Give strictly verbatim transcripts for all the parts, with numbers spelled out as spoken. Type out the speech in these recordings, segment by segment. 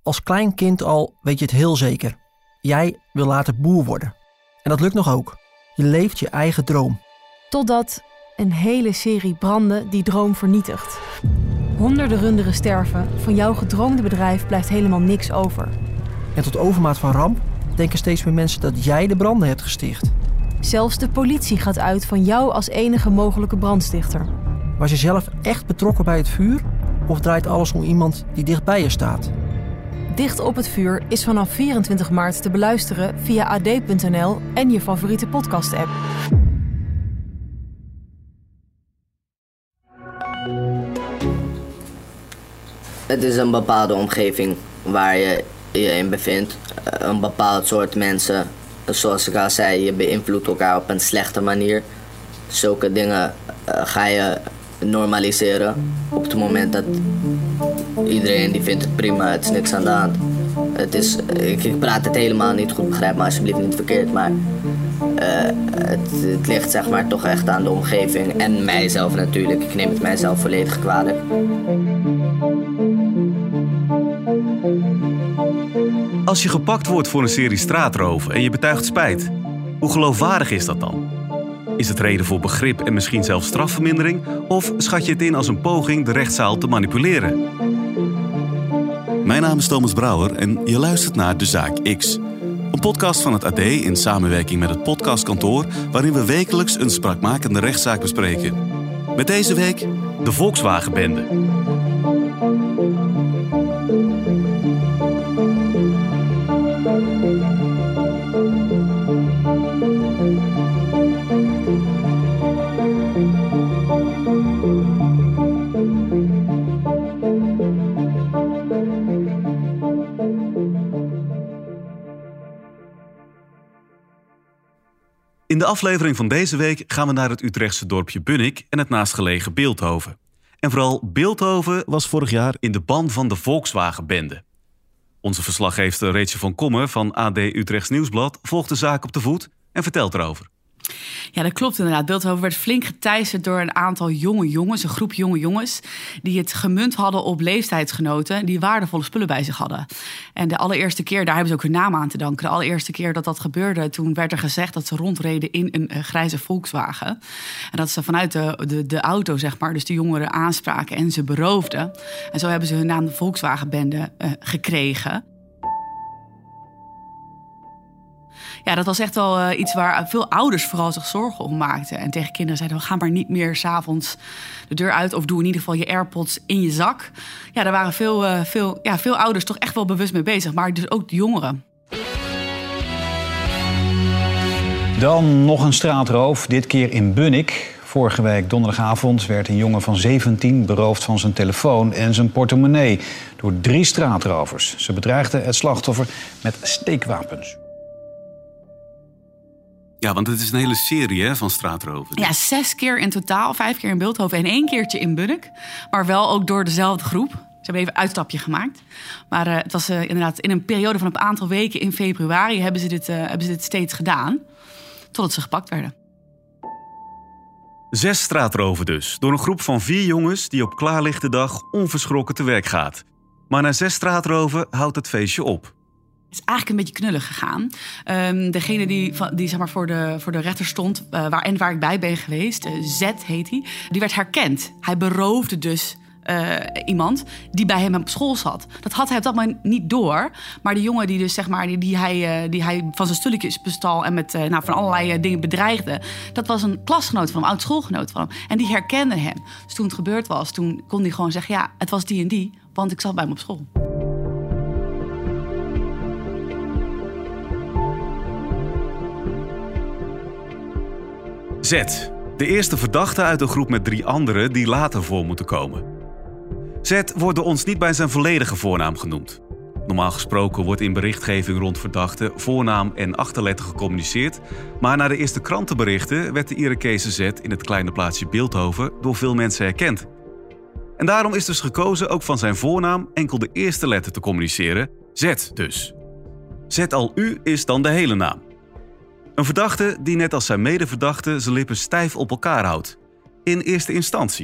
Als klein kind al weet je het heel zeker. Jij wil later boer worden. En dat lukt nog ook. Je leeft je eigen droom. Totdat een hele serie branden die droom vernietigt. Honderden runderen sterven. Van jouw gedroomde bedrijf blijft helemaal niks over. En tot overmaat van ramp denken steeds meer mensen dat jij de branden hebt gesticht. Zelfs de politie gaat uit van jou als enige mogelijke brandstichter. Was je zelf echt betrokken bij het vuur? Of draait alles om iemand die dichtbij je staat? Dicht op het vuur is vanaf vierentwintig maart te beluisteren via a d punt n l en je favoriete podcast-app. Het is een bepaalde omgeving waar je je in bevindt. Een bepaald soort mensen. Zoals ik al zei, je beïnvloedt elkaar op een slechte manier. Zulke dingen uh, ga je normaliseren. Op het moment dat iedereen die vindt het prima, het is niks aan de hand. Het is, ik, ik praat het helemaal niet goed, begrijp me alsjeblieft niet verkeerd, maar uh, het, het ligt zeg maar toch echt aan de omgeving en mijzelf natuurlijk. Ik neem het mijzelf volledig kwalijk. Als je gepakt wordt voor een serie straatroven en je betuigt spijt, hoe geloofwaardig is dat dan? Is het reden voor begrip en misschien zelfs strafvermindering? Of schat je het in als een poging de rechtszaal te manipuleren? Mijn naam is Thomas Brouwer en je luistert naar De Zaak X. Een podcast van het A D in samenwerking met het podcastkantoor, waarin we wekelijks een spraakmakende rechtszaak bespreken. Met deze week de Volkswagenbende. In de aflevering van deze week gaan we naar het Utrechtse dorpje Bunnik en het naastgelegen Bilthoven. En vooral Bilthoven was vorig jaar in de ban van de Volkswagenbende. Onze verslaggever Rachel van Kommer van A D Utrechts Nieuwsblad volgt de zaak op de voet en vertelt erover. Ja, dat klopt inderdaad. Bilthoven werd flink geteisterd door een aantal jonge jongens, een groep jonge jongens, die het gemunt hadden op leeftijdsgenoten die waardevolle spullen bij zich hadden. En de allereerste keer, daar hebben ze ook hun naam aan te danken. De allereerste keer dat dat gebeurde, toen werd er gezegd dat ze rondreden in een uh, grijze Volkswagen. En dat ze vanuit de, de, de auto, zeg maar, dus de jongeren aanspraken en ze beroofden. En zo hebben ze hun naam de Volkswagenbende uh, gekregen. Ja, dat was echt wel uh, iets waar veel ouders vooral zich zorgen om maakten. En tegen kinderen zeiden, we gaan maar niet meer 's avonds de deur uit. Of doe in ieder geval je AirPods in je zak. Ja, daar waren veel, uh, veel, ja, veel ouders toch echt wel bewust mee bezig. Maar dus ook de jongeren. Dan nog een straatroof, dit keer in Bunnik. Vorige week donderdagavond werd een jongen van zeventien beroofd van zijn telefoon en zijn portemonnee. Door drie straatrovers. Ze bedreigden het slachtoffer met steekwapens. Ja, want het is een hele serie hè, van straatroven. Ja, zes keer in totaal. Vijf keer in Bilthoven en één keertje in Bunnik. Maar wel ook door dezelfde groep. Ze hebben even een uitstapje gemaakt. Maar uh, het was uh, inderdaad in een periode van een aantal weken in februari hebben ze dit, uh, hebben ze dit steeds gedaan. Totdat ze gepakt werden. Zes straatroven dus. Door een groep van vier jongens die op klaarlichte dag onverschrokken te werk gaat. Maar na zes straatroven houdt het feestje op. Het is eigenlijk een beetje knullig gegaan. Um, degene die, die zeg maar voor, de, voor de rechter stond, uh, waar, en waar ik bij ben geweest, uh, Z heet hij, die werd herkend. Hij beroofde dus uh, iemand die bij hem op school zat. Dat had hij op dat moment niet door. Maar die jongen die, dus, zeg maar, die, die, hij, uh, die hij van zijn stulletjes bestal en met uh, nou, van allerlei uh, dingen bedreigde, dat was een klasgenoot van hem, oud schoolgenoot van hem. En die herkende hem. Dus toen het gebeurd was, toen kon hij gewoon zeggen, ja, het was die en die, want ik zat bij hem op school. Z, de eerste verdachte uit een groep met drie anderen die later voor moeten komen. Z wordt door ons niet bij zijn volledige voornaam genoemd. Normaal gesproken wordt in berichtgeving rond verdachten voornaam en achterletter gecommuniceerd, maar na de eerste krantenberichten werd de Irakese Z in het kleine plaatsje Bilthoven door veel mensen herkend. En daarom is dus gekozen ook van zijn voornaam enkel de eerste letter te communiceren, Z dus. Z al U is dan de hele naam. Een verdachte die net als zijn medeverdachte zijn lippen stijf op elkaar houdt. In eerste instantie.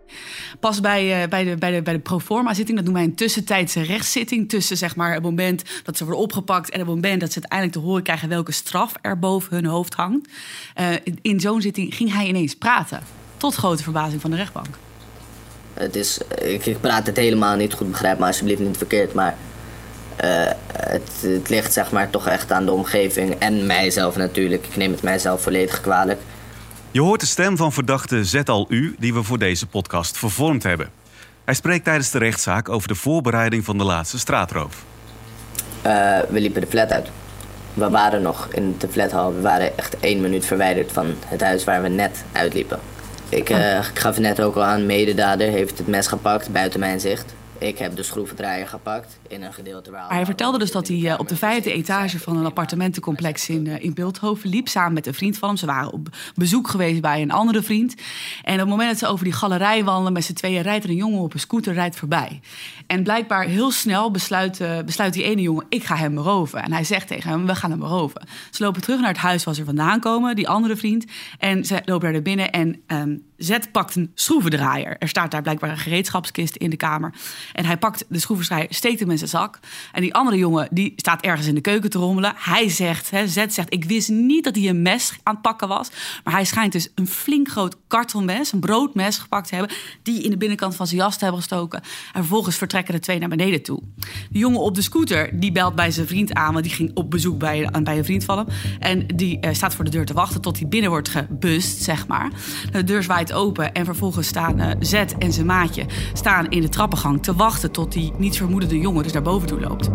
Pas bij, uh, bij, de, bij, de, bij de proforma-zitting, dat noemen wij een tussentijdse rechtszitting... tussen zeg maar, het moment dat ze worden opgepakt... en het moment dat ze uiteindelijk te horen krijgen... welke straf er boven hun hoofd hangt. Uh, in zo'n zitting ging hij ineens praten. Tot grote verbazing van de rechtbank. Het is, ik, ik praat het helemaal niet goed, begrijp me alsjeblieft niet verkeerd... maar uh, het, het ligt zeg maar, toch echt aan de omgeving en mijzelf natuurlijk. Ik neem het mijzelf volledig kwalijk... Je hoort de stem van verdachte Zet Al U die we voor deze podcast vervormd hebben. Hij spreekt tijdens de rechtszaak over de voorbereiding van de laatste straatroof. Uh, we liepen de flat uit. We waren nog in de flathal. We waren echt één minuut verwijderd van het huis waar we net uitliepen. Ik, uh, ik gaf net ook al aan, mededader heeft het mes gepakt buiten mijn zicht. Ik heb de schroevendraaier gepakt in een gedeelte waar... Hij vertelde dus dat hij uh, op de vijfde etage van een appartementencomplex in, uh, in Bilthoven liep... samen met een vriend van hem. Ze waren op bezoek geweest bij een andere vriend. En op het moment dat ze over die galerij wandelen met z'n tweeën... rijdt er een jongen op een scooter rijdt voorbij. En blijkbaar heel snel besluit, uh, besluit die ene jongen... ik ga hem beroven. En hij zegt tegen hem, we gaan hem beroven. Ze lopen terug naar het huis waar ze vandaan komen, die andere vriend. En ze lopen naar binnen en... Um, Zet pakt een schroevendraaier. Er staat daar blijkbaar een gereedschapskist in de kamer. En hij pakt de schroevendraaier, steekt hem in zijn zak. En die andere jongen die staat ergens in de keuken te rommelen. Hij zegt, hè, Zet zegt, ik wist niet dat hij een mes aan het pakken was. Maar hij schijnt dus een flink groot kartelmes, een broodmes gepakt te hebben... die in de binnenkant van zijn jas te hebben gestoken. En vervolgens vertrekken de twee naar beneden toe. De jongen op de scooter, die belt bij zijn vriend aan... want die ging op bezoek bij, bij een vriend van hem. En die uh, staat voor de deur te wachten tot hij binnen wordt gebust, zeg maar. De deur zwaait open en vervolgens staan uh, Zet en zijn maatje staan in de trappengang te wachten tot die niets vermoedende jongen dus naar boven toe loopt.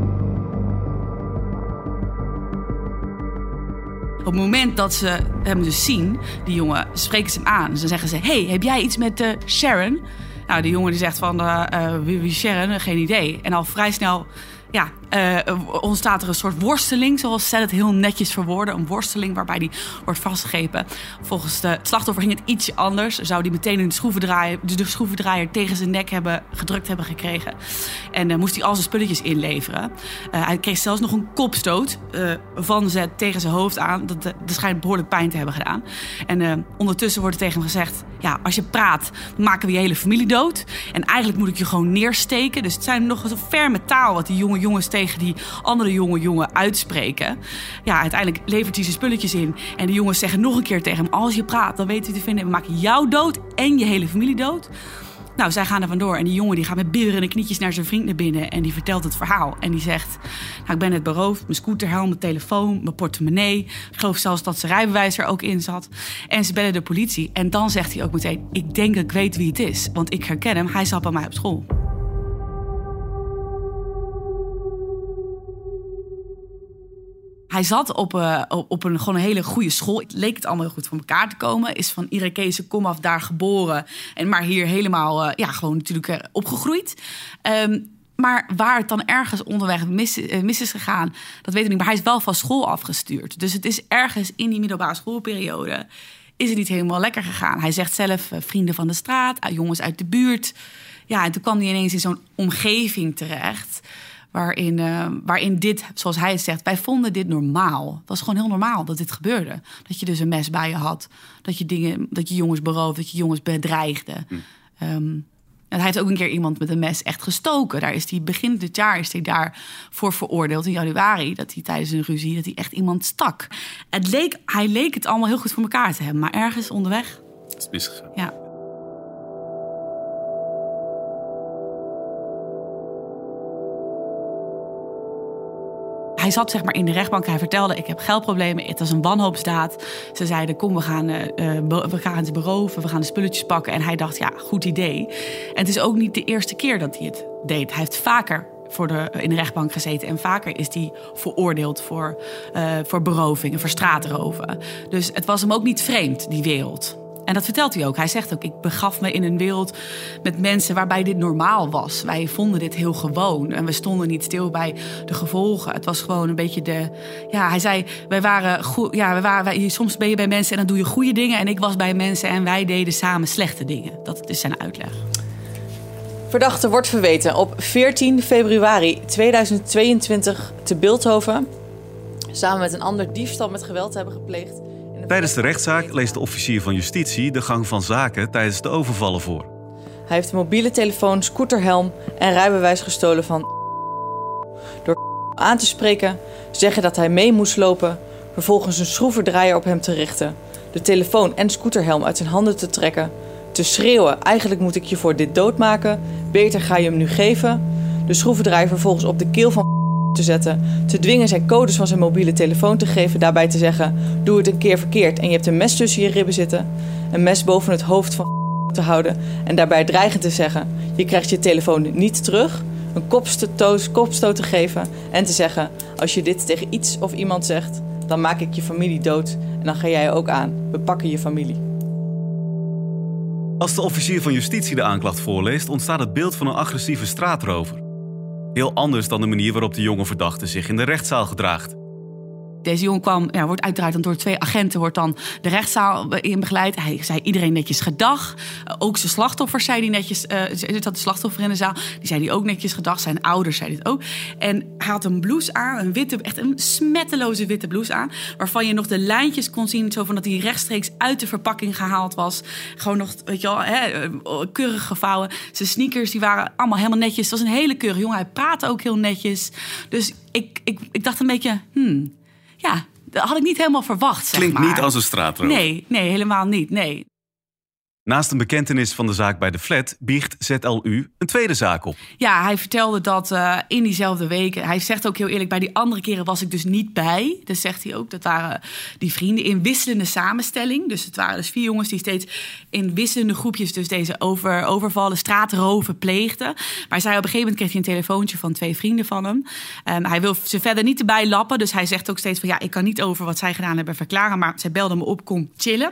Op het moment dat ze hem dus zien, die jongen, spreken ze hem aan. Dus dan zeggen ze, hey, heb jij iets met uh, Sharon? Nou, die jongen die zegt van, uh, uh, wie, wie Sharon? Geen idee. En al vrij snel... Ja, uh, ontstaat er een soort worsteling, zoals Zet het heel netjes verwoorden. Een worsteling waarbij die wordt vastgegrepen. Volgens de, het slachtoffer ging het ietsje anders. Zou die meteen een schroevendraaier, dus de schroevendraaier tegen zijn nek hebben gedrukt hebben gekregen. En uh, moest hij al zijn spulletjes inleveren. Uh, hij kreeg zelfs nog een kopstoot uh, van Zet tegen zijn hoofd aan. Dat, dat schijnt behoorlijk pijn te hebben gedaan. En uh, ondertussen wordt er tegen hem gezegd... ja, als je praat, dan maken we je hele familie dood. En eigenlijk moet ik je gewoon neersteken. Dus het zijn nog zo ferme taal wat die jonge jongens tegen die andere jonge jongen uitspreken. Ja, uiteindelijk levert hij zijn spulletjes in. En de jongens zeggen nog een keer tegen hem... als je praat, dan weten we te vinden... we maken jou dood en je hele familie dood. Nou, zij gaan er vandoor. En die jongen die gaat met bibberende knietjes naar zijn vriend naar binnen. En die vertelt het verhaal. En die zegt, nou, ik ben net beroofd. Mijn scooterhelm, mijn telefoon, mijn portemonnee. Ik geloof zelfs dat zijn rijbewijs er ook in zat. En ze bellen de politie. En dan zegt hij ook meteen, ik denk dat ik weet wie het is. Want ik herken hem, hij zat bij mij op school. Hij zat op, uh, op een, gewoon een hele goede school. Het leek het allemaal heel goed voor elkaar te komen. Is van Irakese komaf daar geboren. En maar hier helemaal uh, ja, gewoon natuurlijk uh, opgegroeid. Um, maar waar het dan ergens onderweg mis, uh, mis is gegaan, dat weet ik niet. Maar hij is wel van school afgestuurd. Dus het is ergens in die middelbare schoolperiode is het niet helemaal lekker gegaan. Hij zegt zelf uh, vrienden van de straat, uh, jongens uit de buurt. Ja, en toen kwam hij ineens in zo'n omgeving terecht... Waarin, uh, waarin dit, zoals hij het zegt, wij vonden dit normaal. Het was gewoon heel normaal dat dit gebeurde. Dat je dus een mes bij je had. Dat je, dingen, dat je jongens beroofde, dat je jongens bedreigde. Hm. Um, en hij heeft ook een keer iemand met een mes echt gestoken. Daar is hij, begin dit jaar is hij daarvoor veroordeeld in januari. Dat hij tijdens een ruzie, dat hij echt iemand stak. Het leek, hij leek het allemaal heel goed voor elkaar te hebben. Maar ergens onderweg... Het is misgegaan. Ja. Hij zat zeg maar in de rechtbank. Hij vertelde, ik heb geldproblemen. Het was een wanhoopsdaad. Ze zeiden, kom, we gaan, uh, we gaan ze beroven. We gaan de spulletjes pakken. En hij dacht, ja, goed idee. En het is ook niet de eerste keer dat hij het deed. Hij heeft vaker voor de, in de rechtbank gezeten. En vaker is hij veroordeeld voor, uh, voor berovingen, voor straatroven. Dus het was hem ook niet vreemd, die wereld. En dat vertelt hij ook. Hij zegt ook, ik begaf me in een wereld met mensen waarbij dit normaal was. Wij vonden dit heel gewoon en we stonden niet stil bij de gevolgen. Het was gewoon een beetje de... Ja, hij zei, wij waren goed. Ja, wij waren, wij, soms ben je bij mensen en dan doe je goede dingen. En ik was bij mensen en wij deden samen slechte dingen. Dat is zijn uitleg. Verdachte wordt verweten op veertien februari tweeduizend tweeëntwintig te Bilthoven samen met een ander diefstal met geweld te hebben gepleegd. Tijdens de rechtszaak leest de officier van justitie de gang van zaken tijdens de overvallen voor. Hij heeft een mobiele telefoon, scooterhelm en rijbewijs gestolen van... Door aan te spreken, zeggen dat hij mee moest lopen... vervolgens een schroevendraaier op hem te richten... de telefoon en scooterhelm uit zijn handen te trekken... te schreeuwen, eigenlijk moet ik je voor dit doodmaken... beter ga je hem nu geven... de schroevendraaier vervolgens op de keel van... te zetten, te dwingen zijn codes van zijn mobiele telefoon te geven... daarbij te zeggen, doe het een keer verkeerd... en je hebt een mes tussen je ribben zitten... een mes boven het hoofd van... te houden en daarbij dreigend te zeggen... je krijgt je telefoon niet terug... een kopstoot, kopstoot te geven en te zeggen... als je dit tegen iets of iemand zegt... dan maak ik je familie dood en dan ga jij je ook aan. We pakken je familie. Als de officier van justitie de aanklacht voorleest... ontstaat het beeld van een agressieve straatrover. Heel anders dan de manier waarop de jonge verdachte zich in de rechtszaal gedraagt. Deze jongen kwam, ja, wordt uiteraard dan door twee agenten wordt dan de rechtszaal in begeleid. Hij zei iedereen netjes gedag. Uh, ook zijn slachtoffers zei hij netjes. Uh, er zat de slachtoffer in de zaal. Die zei hij ook netjes gedag. Zijn ouders zeiden het ook. En hij had een blouse aan, een witte, echt een smetteloze witte blouse aan, waarvan je nog de lijntjes kon zien, zo van dat hij rechtstreeks uit de verpakking gehaald was. Gewoon nog, weet je wel, hè, keurig gevouwen. Zijn sneakers die waren allemaal helemaal netjes. Het was een hele keurige jongen. Hij praatte ook heel netjes. Dus ik, ik, ik dacht een beetje, hmm. Ja, dat had ik niet helemaal verwacht, zeg Klinkt maar. niet als een straatrover. Nee, nee, helemaal niet, nee. Naast een bekentenis van de zaak bij de flat... biecht Z L U een tweede zaak op. Ja, hij vertelde dat uh, in diezelfde week... Hij zegt ook heel eerlijk, bij die andere keren was ik dus niet bij. Dat zegt hij ook. Dat waren die vrienden in wisselende samenstelling. Dus het waren dus vier jongens die steeds in wisselende groepjes... dus deze over, overvallen, straatroven pleegden. Maar hij zei op een gegeven moment kreeg hij een telefoontje... van twee vrienden van hem. Um, hij wil ze verder niet erbij lappen. Dus hij zegt ook steeds van... ja, ik kan niet over wat zij gedaan hebben verklaren... maar zij belden me op, kom chillen.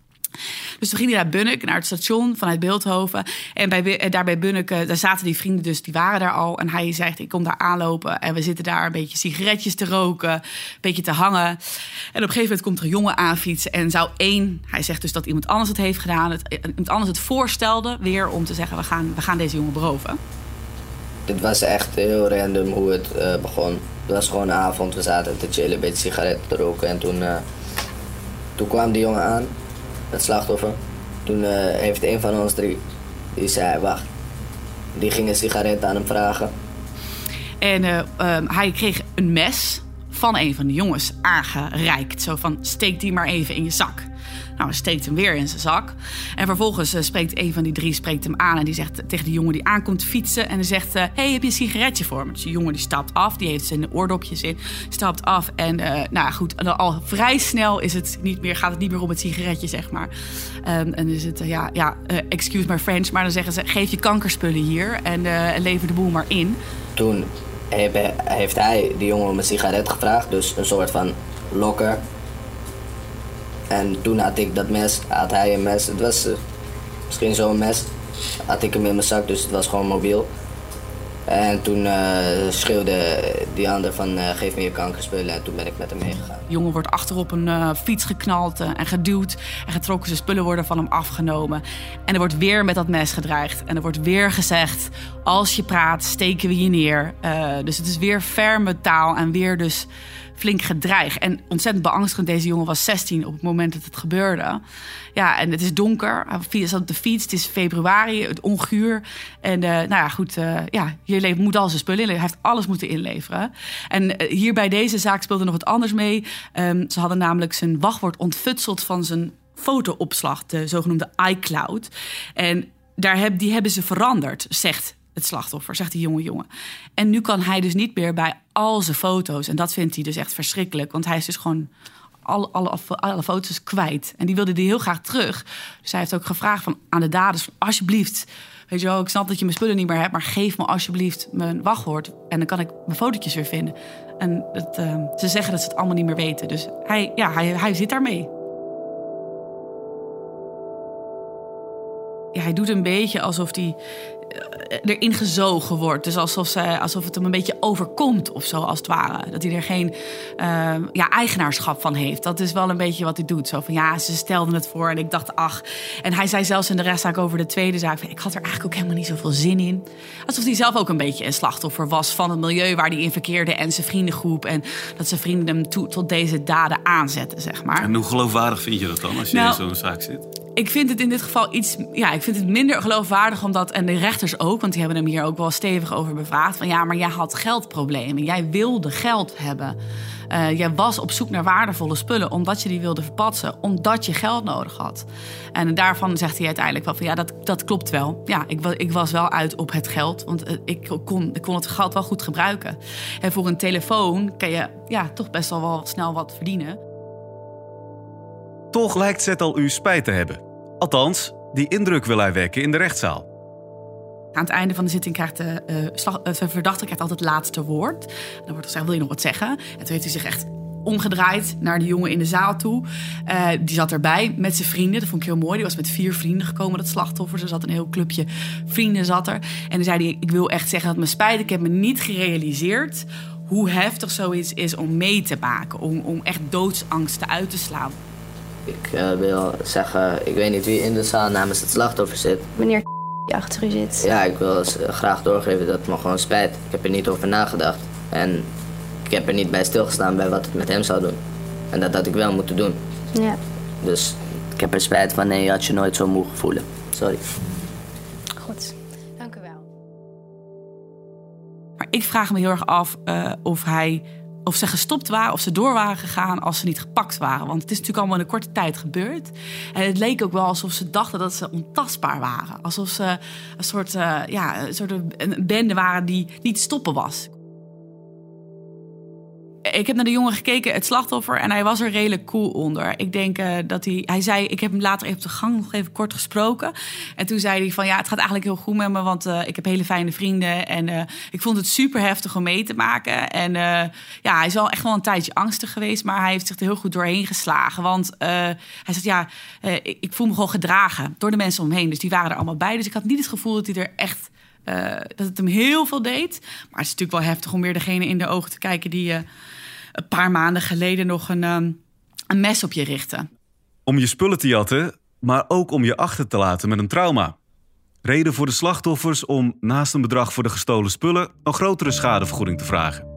Dus toen ging hij naar Bunnik, naar het station vanuit Bilthoven. En bij, daar bij Bunnik, daar zaten die vrienden dus, die waren daar al. En hij zegt, ik kom daar aanlopen en we zitten daar een beetje sigaretjes te roken, een beetje te hangen. En op een gegeven moment komt er een jongen aanfietsen en zou één, hij zegt dus dat iemand anders het heeft gedaan, het, iemand anders het voorstelde weer om te zeggen, we gaan, we gaan deze jongen beroven. Dit was echt heel random hoe het uh, begon. Het was gewoon een avond, we zaten te chillen, een beetje sigaretten te roken. En toen, uh, toen kwam die jongen aan. Het slachtoffer. Toen uh, heeft een van ons drie, die zei, wacht. Die ging een sigaret aan hem vragen. En uh, um, hij kreeg een mes van een van de jongens aangereikt. Zo van, steek die maar even in je zak. Nou, hij steekt hem weer in zijn zak. En vervolgens uh, spreekt een van die drie spreekt hem aan. En die zegt tegen die jongen die aankomt fietsen. En hij zegt, uh, hey, heb je een sigaretje voor me? Dus die jongen die stapt af. Die heeft zijn oordopjes in. Stapt af. En uh, nou goed, al vrij snel is het niet meer, gaat het niet meer om het sigaretje, zeg maar. Um, en is het, uh, ja, ja uh, excuse my French. Maar dan zeggen ze, geef je kankerspullen hier. En uh, lever de boel maar in. Toen heeft hij die jongen om een sigaret gevraagd. Dus een soort van lokker. En toen had ik dat mes, had hij een mes. Het was uh, misschien zo'n mes. Had ik hem in mijn zak, dus het was gewoon mobiel. En toen uh, schreeuwde die ander van uh, geef me je kankerspullen. En toen ben ik met hem meegegaan. De jongen wordt achterop een uh, fiets geknald uh, en geduwd. En getrokken, zijn spullen worden van hem afgenomen. En er wordt weer met dat mes gedreigd. En er wordt weer gezegd, als je praat, steken we je neer. Uh, dus het is weer ferme taal en weer dus flink gedreigd. En ontzettend beangstigend. Deze jongen was zestien op het moment dat het gebeurde. Ja, en het is donker. Hij zat op de fiets. Het is februari, het onguur. En uh, nou ja, goed. Uh, ja, je moet al zijn spullen inleveren. Hij heeft alles moeten inleveren. En uh, hier bij deze zaak speelde nog wat anders mee. Um, ze hadden namelijk zijn wachtwoord ontfutseld van zijn fotoopslag, de zogenoemde iCloud. En daar heb, die hebben ze veranderd, zegt het slachtoffer, zegt die jonge jongen. En nu kan hij dus niet meer bij al zijn foto's. En dat vindt hij dus echt verschrikkelijk. Want hij is dus gewoon alle, alle, alle foto's kwijt. En die wilde hij heel graag terug. Dus hij heeft ook gevraagd van, aan de daders, van, alsjeblieft, weet je wel, ik snap dat je mijn spullen niet meer hebt, maar geef me alsjeblieft mijn wachtwoord. En dan kan ik mijn fotootjes weer vinden. En het, uh, ze zeggen dat ze het allemaal niet meer weten. Dus hij, ja, hij, hij zit daarmee. Ja, hij doet een beetje alsof hij erin gezogen wordt. Dus alsof, ze, alsof het hem een beetje overkomt of zo, als het ware. Dat hij er geen uh, ja, eigenaarschap van heeft. Dat is wel een beetje wat hij doet. Zo van, ja, ze stelden het voor en ik dacht, ach. En hij zei zelfs in de rechtszaak over de tweede zaak, ik had er eigenlijk ook helemaal niet zoveel zin in. Alsof hij zelf ook een beetje een slachtoffer was van het milieu waar hij in verkeerde en zijn vriendengroep. En dat zijn vrienden hem to, tot deze daden aanzetten, zeg maar. En hoe geloofwaardig vind je dat dan als je nou, in zo'n zaak zit? Ik vind het in dit geval iets, ja, ik vind het minder geloofwaardig omdat, en de rechters ook, want die hebben hem hier ook wel stevig over bevraagd, van ja, maar jij had geldproblemen, jij wilde geld hebben. Uh, jij was op zoek naar waardevolle spullen omdat je die wilde verpatsen, omdat je geld nodig had. En daarvan zegt hij uiteindelijk wel van ja, dat, dat klopt wel. Ja, ik, ik was wel uit op het geld, want uh, ik, kon, ik kon het geld wel goed gebruiken. En voor een telefoon kan je ja, toch best wel, wel snel wat verdienen. Toch lijkt Zet al u spijt te hebben. Althans, die indruk wil hij wekken in de rechtszaal. Aan het einde van de zitting krijgt de, uh, slag, uh, de verdachte krijgt altijd het laatste woord. Dan wordt er gezegd, wil je nog wat zeggen? En toen heeft hij zich echt omgedraaid naar de jongen in de zaal toe. Uh, die zat erbij met zijn vrienden. Dat vond ik heel mooi. Die was met vier vrienden gekomen, dat slachtoffer. Er zat een heel clubje vrienden zat er. En dan zei hij, ik wil echt zeggen dat me spijt. Ik heb me niet gerealiseerd hoe heftig zoiets is om mee te maken. Om, om echt doodsangsten uit te slaan. Ik uh, wil zeggen, ik weet niet wie in de zaal namens het slachtoffer zit. Meneer die achter u zit. Ja, ik wil graag doorgeven dat het me gewoon spijt. Ik heb er niet over nagedacht. En ik heb er niet bij stilgestaan bij wat het met hem zou doen. En dat had ik wel moeten doen. Ja. Dus ik heb er spijt van, nee, je had je nooit zo moe gevoelen. Sorry. Goed, dank u wel. Maar ik vraag me heel erg af uh, of hij... of ze gestopt waren, of ze door waren gegaan als ze niet gepakt waren. Want het is natuurlijk allemaal in een korte tijd gebeurd. En het leek ook wel alsof ze dachten dat ze ontastbaar waren. Alsof ze een soort, uh, ja, een soort een bende waren die niet stoppen was. Ik heb naar de jongen gekeken, het slachtoffer, en hij was er redelijk cool onder. Ik denk uh, dat hij... Hij zei, ik heb hem later even op de gang nog even kort gesproken. En toen zei hij van, ja, het gaat eigenlijk heel goed met me, want uh, ik heb hele fijne vrienden. En uh, ik vond het super heftig om mee te maken. En uh, ja, hij is wel echt wel een tijdje angstig geweest, maar hij heeft zich er heel goed doorheen geslagen. Want uh, hij zegt, ja, uh, ik, ik voel me gewoon gedragen door de mensen om me heen. Dus die waren er allemaal bij. Dus ik had niet het gevoel dat hij er echt... Uh, dat het hem heel veel deed. Maar het is natuurlijk wel heftig om weer degene in de ogen te kijken die uh, een paar maanden geleden nog een, um, een mes op je richtte. Om je spullen te jatten, maar ook om je achter te laten met een trauma. Reden voor de slachtoffers om naast een bedrag voor de gestolen spullen een grotere schadevergoeding te vragen.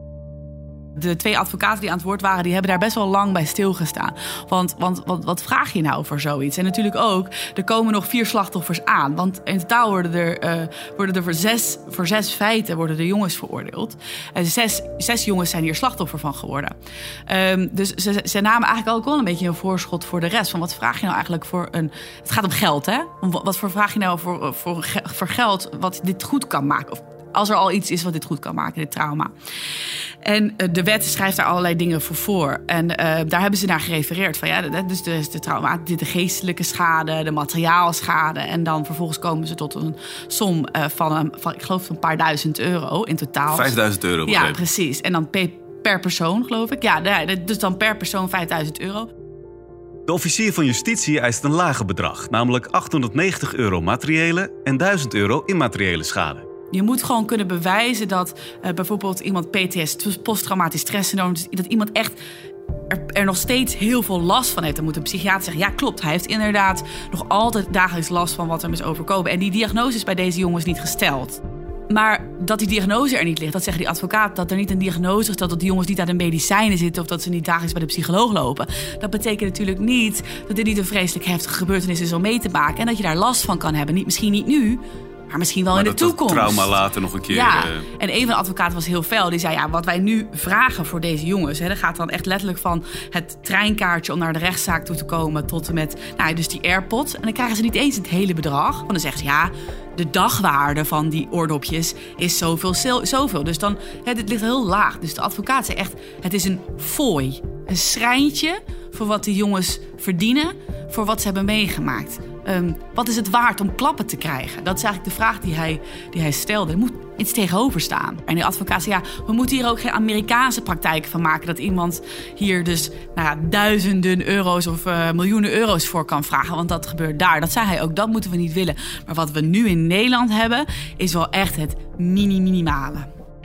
De twee advocaten die aan het woord waren, die hebben daar best wel lang bij stilgestaan. Want, want wat, wat vraag je nou voor zoiets? En natuurlijk ook, er komen nog vier slachtoffers aan. Want in totaal worden er, uh, worden er voor, zes, voor zes feiten worden de jongens veroordeeld. En zes, zes jongens zijn hier slachtoffer van geworden. Um, dus ze, ze namen eigenlijk ook wel een beetje een voorschot voor de rest. Van wat vraag je nou eigenlijk voor een... Het gaat om geld, hè? Wat voor vraag je nou voor, voor, voor geld wat dit goed kan maken? Of als er al iets is wat dit goed kan maken, dit trauma. En uh, de wet schrijft daar allerlei dingen voor voor. En uh, daar hebben ze naar gerefereerd. Van, ja, dus de, de trauma, de, de geestelijke schade, de materiaalschade. En dan vervolgens komen ze tot een som uh, van, een, van, ik geloof, een paar duizend euro in totaal. vijfduizend euro. Ja, begrepen. Precies. En dan per, per persoon, geloof ik. Ja, dus dan per persoon vijfduizend euro. De officier van justitie eist een lager bedrag. Namelijk achthonderdnegentig euro materiële en duizend euro immateriële schade. Je moet gewoon kunnen bewijzen dat uh, bijvoorbeeld iemand P T S D, posttraumatisch stresssyndroom, dat iemand echt er, er nog steeds heel veel last van heeft. Dan moet een psychiater zeggen, ja klopt, hij heeft inderdaad nog altijd dagelijks last van wat hem is overkomen. En die diagnose is bij deze jongens niet gesteld. Maar dat die diagnose er niet ligt, dat zeggen die advocaat, dat er niet een diagnose is, dat die jongens niet aan de medicijnen zitten of dat ze niet dagelijks bij de psycholoog lopen. Dat betekent natuurlijk niet dat dit niet een vreselijk heftige gebeurtenis is om mee te maken en dat je daar last van kan hebben. Niet, misschien niet nu, maar misschien wel maar in de toekomst. Trauma later nog een keer. Ja, uh... en een van de advocaten was heel fel. Die zei, ja, wat wij nu vragen voor deze jongens, hè, dat gaat dan echt letterlijk van het treinkaartje om naar de rechtszaak toe te komen tot en met, nou, dus die AirPods. En dan krijgen ze niet eens het hele bedrag. Want dan zeggen ze, ja, de dagwaarde van die oordopjes is zoveel, zoveel. Dus dan, hè, dit ligt heel laag. Dus de advocaat zei echt, het is een fooi. Een schrijntje voor wat die jongens verdienen, voor wat ze hebben meegemaakt. Um, wat is het waard om klappen te krijgen? Dat is eigenlijk de vraag die hij, die hij stelde. Er moet iets tegenover staan. En de advocaat zei, ja, we moeten hier ook geen Amerikaanse praktijken van maken. Dat iemand hier dus nou ja, duizenden euro's of uh, miljoenen euro's voor kan vragen. Want dat gebeurt daar. Dat zei hij ook, dat moeten we niet willen. Maar wat we nu in Nederland hebben, is wel echt het mini-minimale.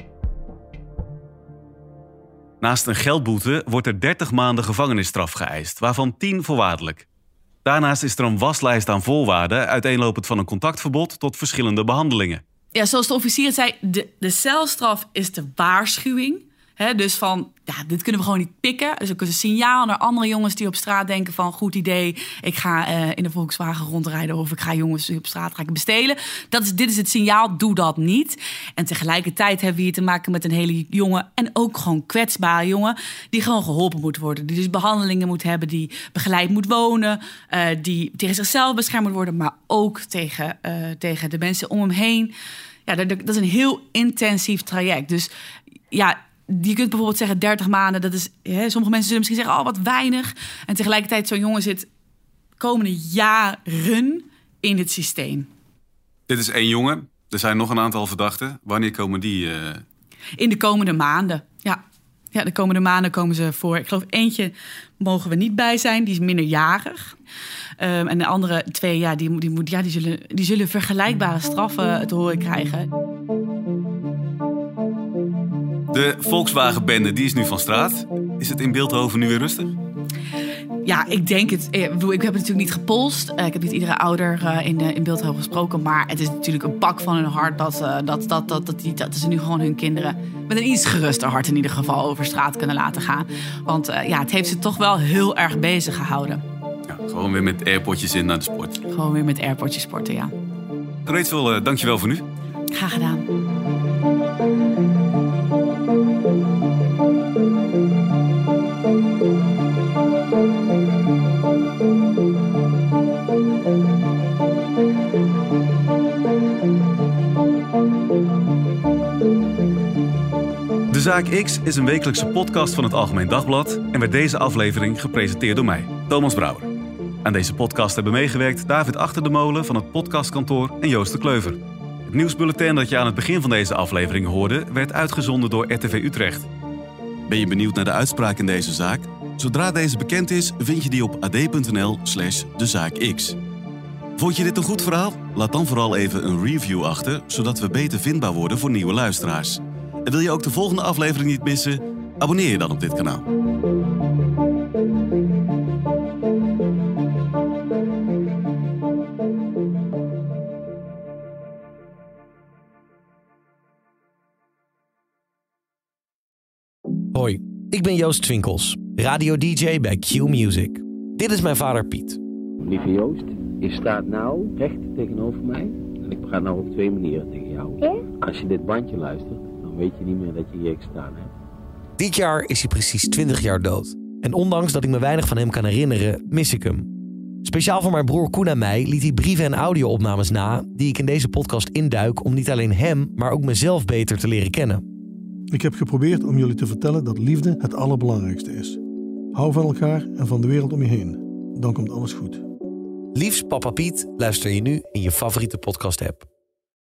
Naast een geldboete wordt er dertig maanden gevangenisstraf geëist, waarvan tien voorwaardelijk. Daarnaast is er een waslijst aan voorwaarden, uiteenlopend van een contactverbod tot verschillende behandelingen. Ja, zoals de officier zei, de, de celstraf is de waarschuwing. He, dus van, ja, dit kunnen we gewoon niet pikken. Dus ook een signaal naar andere jongens die op straat denken van... goed idee, ik ga uh, in de Volkswagen rondrijden... of ik ga jongens die op straat ga ik bestelen. Dat is, dit is het signaal, doe dat niet. En tegelijkertijd hebben we hier te maken met een hele jonge... en ook gewoon kwetsbare jongen... die gewoon geholpen moet worden. Die dus behandelingen moet hebben, die begeleid moet wonen... Uh, die tegen zichzelf beschermd moet worden... maar ook tegen, uh, tegen de mensen om hem heen. Ja, dat, dat is een heel intensief traject. Dus ja... Je kunt bijvoorbeeld zeggen dertig maanden, dat is... Hè, sommige mensen zullen misschien zeggen, oh, wat weinig. En tegelijkertijd, zo'n jongen zit komende jaren in het systeem. Dit is één jongen. Er zijn nog een aantal verdachten. Wanneer komen die? Uh... In de komende maanden, ja. Ja, de komende maanden komen ze voor. Ik geloof eentje mogen we niet bij zijn, die is minderjarig. Um, en de andere twee, ja, die, die, ja, die, zullen, die zullen vergelijkbare straffen te horen krijgen. De Volkswagen-bende, die is nu van straat. Is het in Bilthoven nu weer rustig? Ja, ik denk het. Ik, bedoel, ik heb het natuurlijk niet gepolst. Ik heb niet iedere ouder uh, in, uh, in Bilthoven gesproken. Maar het is natuurlijk een pak van hun hart... dat, uh, dat, dat, dat, dat, die, dat ze nu gewoon hun kinderen... met een iets geruster hart in ieder geval over straat kunnen laten gaan. Want uh, ja, het heeft ze toch wel heel erg bezig gehouden. Ja, gewoon weer met airpodjes in naar de sport. Gewoon weer met airpodjes sporten, ja. Rachel, uh, dankjewel voor nu. Graag gedaan. De Zaak X is een wekelijkse podcast van het Algemeen Dagblad... en werd deze aflevering gepresenteerd door mij, Thomas Brouwer. Aan deze podcast hebben meegewerkt David Achter de Molen van het podcastkantoor en Joost de Kleuver. Het nieuwsbulletin dat je aan het begin van deze aflevering hoorde... werd uitgezonden door R T V Utrecht. Ben je benieuwd naar de uitspraak in deze zaak? Zodra deze bekend is, vind je die op ad.nl slash dezaakx. Vond je dit een goed verhaal? Laat dan vooral even een review achter... zodat we beter vindbaar worden voor nieuwe luisteraars. En wil je ook de volgende aflevering niet missen? Abonneer je dan op dit kanaal. Hoi, ik ben Joost Twinkels, radio-D J bij Q Music. Dit is mijn vader Piet. Lieve Joost, je staat nou recht tegenover mij. En ik praat nou op twee manieren tegen jou. Ja? Als je dit bandje luistert, dan weet je niet meer dat je hier gestaan hebt. Dit jaar is hij precies twintig jaar dood. En ondanks dat ik me weinig van hem kan herinneren, mis ik hem. Speciaal voor mijn broer Koen en mij liet hij brieven en audio-opnames na... die ik in deze podcast induik om niet alleen hem, maar ook mezelf beter te leren kennen. Ik heb geprobeerd om jullie te vertellen dat liefde het allerbelangrijkste is. Hou van elkaar en van de wereld om je heen. Dan komt alles goed. Liefst Papa Piet luister je nu in je favoriete podcast-app.